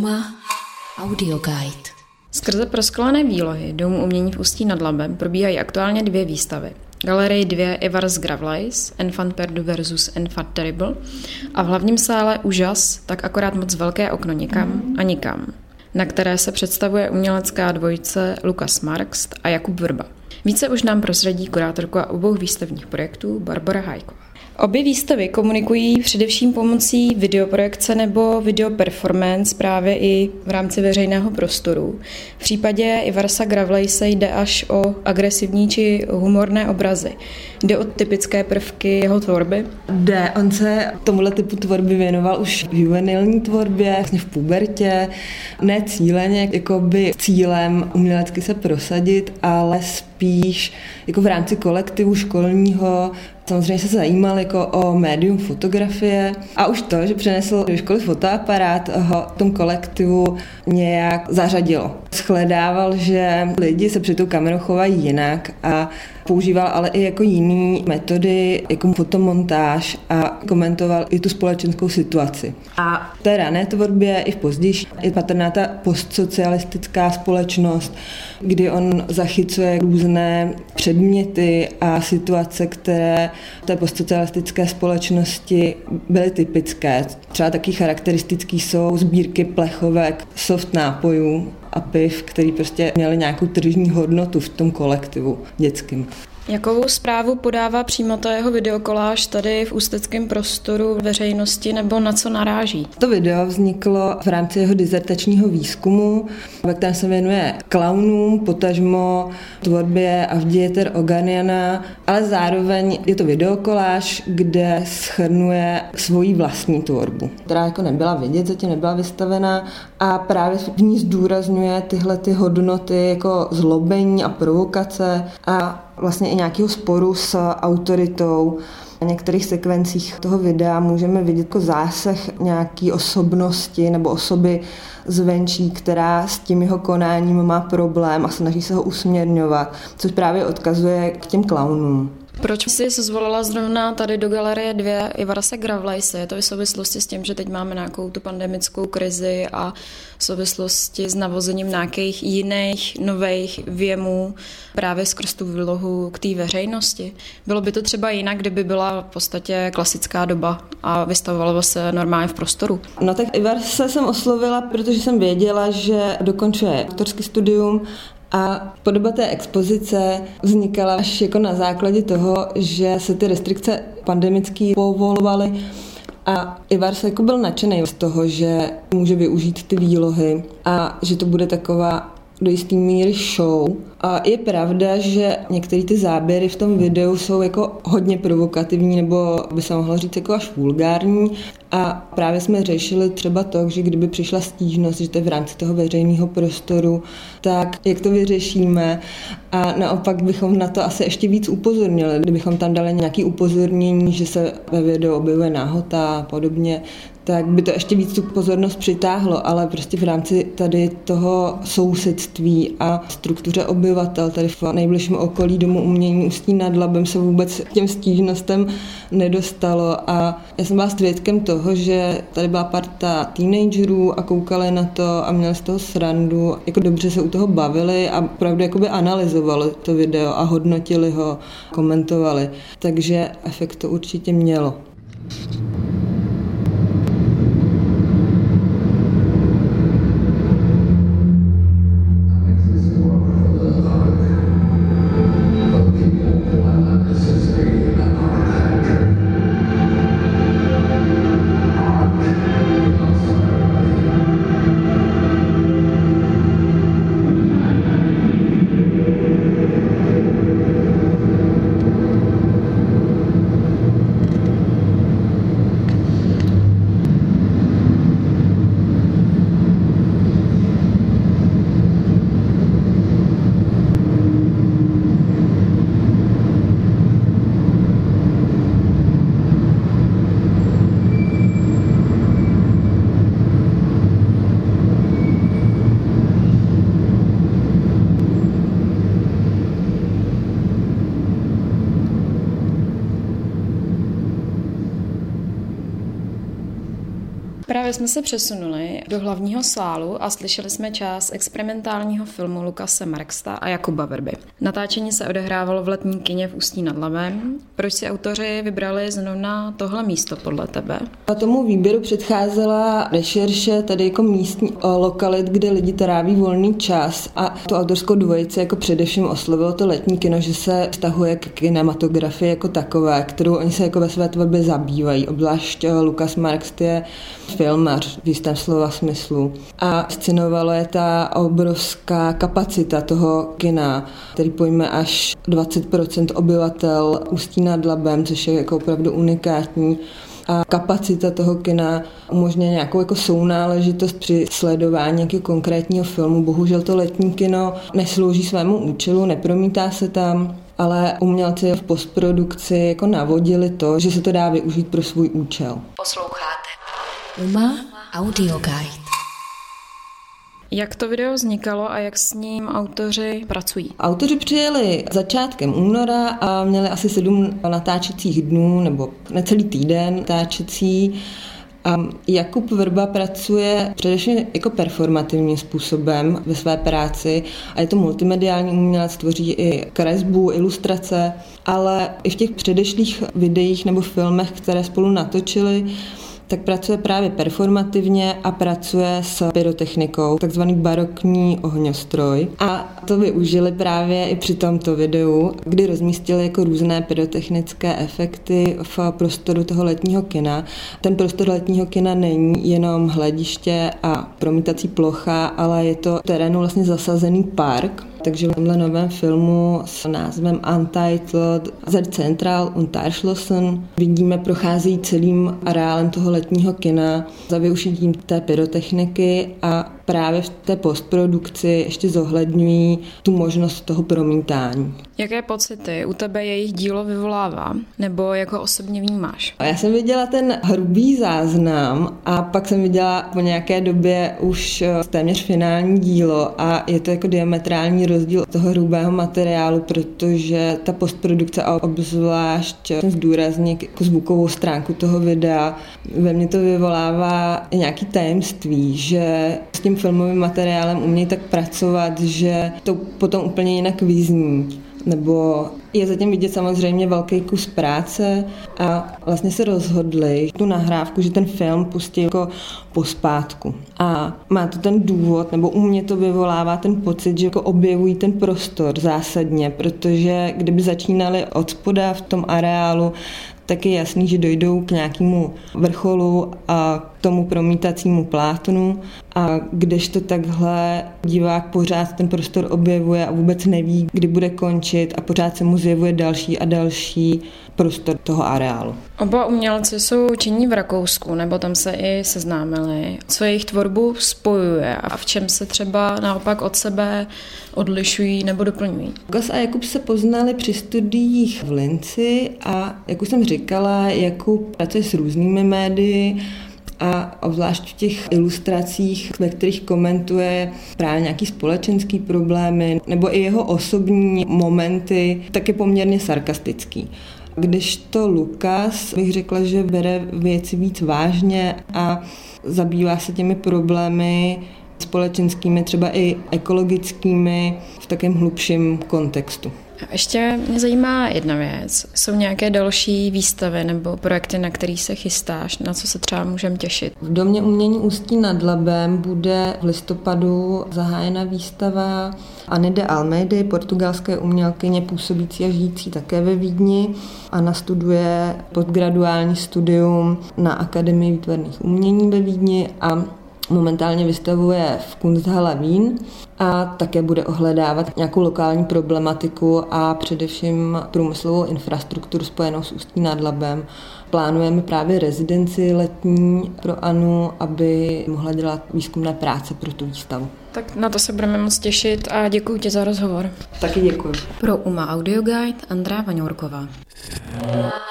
Trauma Audio Guide. Skrze prosklené výlohy Domu umění v Ústí nad Labem probíhají aktuálně 2 výstavy. Galerii 2 Ivar's Gravelays, Enfant perdu versus Enfant terrible a v hlavním sále úžas, tak akorát moc velké okno nikam a nikam, na které se představuje umělecká dvojice Lukas Marxt a Jakub Vrba. Více už nám prozradí kurátorka obou výstavních projektů Barbora Hájková. Obě výstavy komunikují především pomocí videoprojekce nebo videoperformance právě i v rámci veřejného prostoru. V případě Ivarsa Gravelayse jde až o agresivní či humorné obrazy. Jde o typické prvky jeho tvorby? On se tomuhle typu tvorby věnoval už v juvenilní tvorbě, vlastně v pubertě. Ne cíleně, jakoby cílem umělecky se prosadit, ale spíš jako v rámci kolektivu školního. Samozřejmě se zajímal jako o médium fotografie a už to, že přinesl do školy fotoaparát, ho v tom kolektivu nějak zařadilo. Shledával, že lidi se před tou kamerou chovají jinak a používal ale i jako jiný metody, jako fotomontáž a komentoval i tu společenskou situaci. A v té rané tvorbě i v pozdější je patrná ta postsocialistická společnost, kdy on zachycuje různé předměty a situace, které v té postsocialistické společnosti byly typické. Třeba taky charakteristický jsou sbírky plechovek, soft nápojů a piv, který prostě měly nějakou tržní hodnotu v tom kolektivu dětským. Jakou zprávu podává přímo ta jeho videokoláž tady v ústeckém prostoru veřejnosti nebo na co naráží? To video vzniklo v rámci jeho dizertačního výzkumu, ve kterém se věnuje klaunům, potažmo tvorbě Avdijeter Oganiana, ale zároveň je to videokoláž, kde shrnuje svoji vlastní tvorbu, která jako nebyla vidět, zatím nebyla vystavena a právě v ní zdůrazňuje tyhle ty hodnoty jako zlobení a provokace a vlastně i nějakého sporu s autoritou. V některých sekvencích toho videa můžeme vidět jako zásah nějaký osobnosti nebo osoby zvenčí, která s tím jeho konáním má problém a snaží se ho usměrňovat, což právě odkazuje k těm klaunům. Proč jsi se zvolila zrovna tady do Galerie 2 Ivarse Gravelayse? Je to v souvislosti s tím, že teď máme nějakou tu pandemickou krizi a v souvislosti s navozením nějakých jiných nových věmů právě skrz tu výlohu k té veřejnosti? Bylo by to třeba jinak, kdyby byla v podstatě klasická doba a vystavovalo se normálně v prostoru? No tak Ivarse jsem oslovila, protože jsem věděla, že dokončuje doktorský studium a podoba té expozice vznikala až jako na základě toho, že se ty restrikce pandemické povolovaly a Ivar se jako byl nadšený z toho, že může využít ty výlohy a že to bude taková do jistý míry show. A je pravda, že některé ty záběry v tom videu jsou jako hodně provokativní, nebo by se mohlo říct jako až vulgární. A právě jsme řešili třeba to, že kdyby přišla stížnost, že to je v rámci toho veřejného prostoru, tak jak to vyřešíme. A naopak bychom na to asi ještě víc upozornili. Kdybychom tam dali nějaké upozornění, že se ve videu objevuje nahota a podobně, tak by to ještě víc tu pozornost přitáhlo, ale prostě v rámci tady toho sousedství a struktuře obyvatel tady v nejbližším okolí Domu umění Ústí nad Labem se vůbec k těm stížnostem nedostalo a já jsem byla svědkem toho, že tady byla parta teenagerů a koukali na to a měli z toho srandu, jako dobře se u toho bavili a opravdu jakoby analyzovali to video a hodnotili ho, komentovali, takže efekt to určitě mělo. právě jsme se přesunuli do hlavního sálu a slyšeli jsme část experimentálního filmu Lukase Marksta a Jakuba Vrby. Natáčení se odehrávalo v letním kině v Ústí nad Labem. Proč si autoři vybrali zrovna tohle místo podle tebe? A tomu výběru předcházela rešerše tady jako místní lokalit, kde lidi tráví volný čas, a tu autorskou dvojici jako především oslovilo to letní kino, že se vztahuje k kinematografii jako takové, kterou oni se jako ve své tvorbě zabývají. Obzvlášť Lukas Markst je filmař v jistém slova smyslu. A scenovalo je ta obrovská kapacita toho kina, který pojme až 20% obyvatel Ústí nad Labem, což je jako opravdu unikátní. A kapacita toho kina umožňuje nějakou jako sounáležitost při sledování nějakého konkrétního filmu. Bohužel to letní kino neslouží svému účelu, nepromítá se tam, ale umělci v postprodukci jako navodili to, že se to dá využít pro svůj účel. Posloucháte UMA Audio Guide. Jak to video vznikalo a jak s ním autoři pracují? Autoři přijeli začátkem února a měli asi 7 natáčecích dnů, nebo necelý týden natáčecí. A Jakub Vrba pracuje především jako performativním způsobem ve své práci a je to multimediální umělec, tvoří i kresbu, ilustrace, ale i v těch předešlých videích nebo filmech, které spolu natočili, tak pracuje právě performativně a pracuje s pyrotechnikou, takzvaný barokní ohňostroj. A to využili právě i při tomto videu, kdy rozmístili jako různé pyrotechnické efekty v prostoru toho letního kina. Ten prostor letního kina není jenom hlediště a promítací plocha, ale je to v terénu vlastně zasazený park. Takže v tomhle novém filmu s názvem Untitled Der Zentral und Erschlossen vidíme prochází celým areálem toho letního kina za využitím té pyrotechniky a právě v té postprodukci ještě zohledňují tu možnost toho promítání. Jaké pocity u tebe jejich dílo vyvolává? Nebo jak ho osobně vnímáš? Já jsem viděla ten hrubý záznam a pak jsem viděla po nějaké době už téměř finální dílo a je to jako diametrální rozdíl toho hrubého materiálu, protože ta postprodukce a obzvlášť zdůrazně jako zvukovou stránku toho videa ve mně to vyvolává nějaký tajemství, že s tím filmovým materiálem umějí tak pracovat, že to potom úplně jinak vyzní. Nebo je zatím vidět samozřejmě velký kus práce a vlastně se rozhodli tu nahrávku, že ten film pustí jako pospátku. A má to ten důvod, nebo u mě to vyvolává ten pocit, že jako objevují ten prostor zásadně, protože kdyby začínali od spoda v tom areálu, tak je jasný, že dojdou k nějakému vrcholu a k tomu promítacímu plátnu a kdežto takhle divák pořád ten prostor objevuje a vůbec neví, kdy bude končit a pořád se mu zjevuje další a další prostor toho areálu. Oba umělci jsou činní v Rakousku, nebo tam se i seznámili. Co jejich tvorbu spojuje a v čem se třeba naopak od sebe odlišují nebo doplňují? Lukas a Jakub se poznali při studiích v Linci a, jak už jsem říkala, Jakub pracuje s různými médii a obzvlášť v těch ilustracích, ve kterých komentuje právě nějaký společenský problémy nebo i jeho osobní momenty, tak je poměrně sarkastický. Kdežto Lukas, bych řekla, že bere věci víc vážně a zabývá se těmi problémy společenskými, třeba i ekologickými v takém hlubším kontextu. A ještě mě zajímá jedna věc. Jsou nějaké další výstavy nebo projekty, na který se chystáš, na co se třeba můžeme těšit? V Domě umění Ústí nad Labem bude v listopadu zahájena výstava Anny de Almeidy, portugalské umělkyně působící a žijící také ve Vídni. Anna studuje postgraduální studium na Akademii výtvarných umění ve Vídni a momentálně vystavuje v Kunsthalle Wien a také bude ohledávat nějakou lokální problematiku a především průmyslovou infrastrukturu spojenou s Ústí nad Labem. Plánujeme právě rezidenci letní pro Anu, aby mohla dělat výzkumné práce pro tu výstavu. Tak na to se budeme moc těšit a děkuji ti za rozhovor. Taky děkuji. Pro UMA Audio Guide Andrá Vaňourková.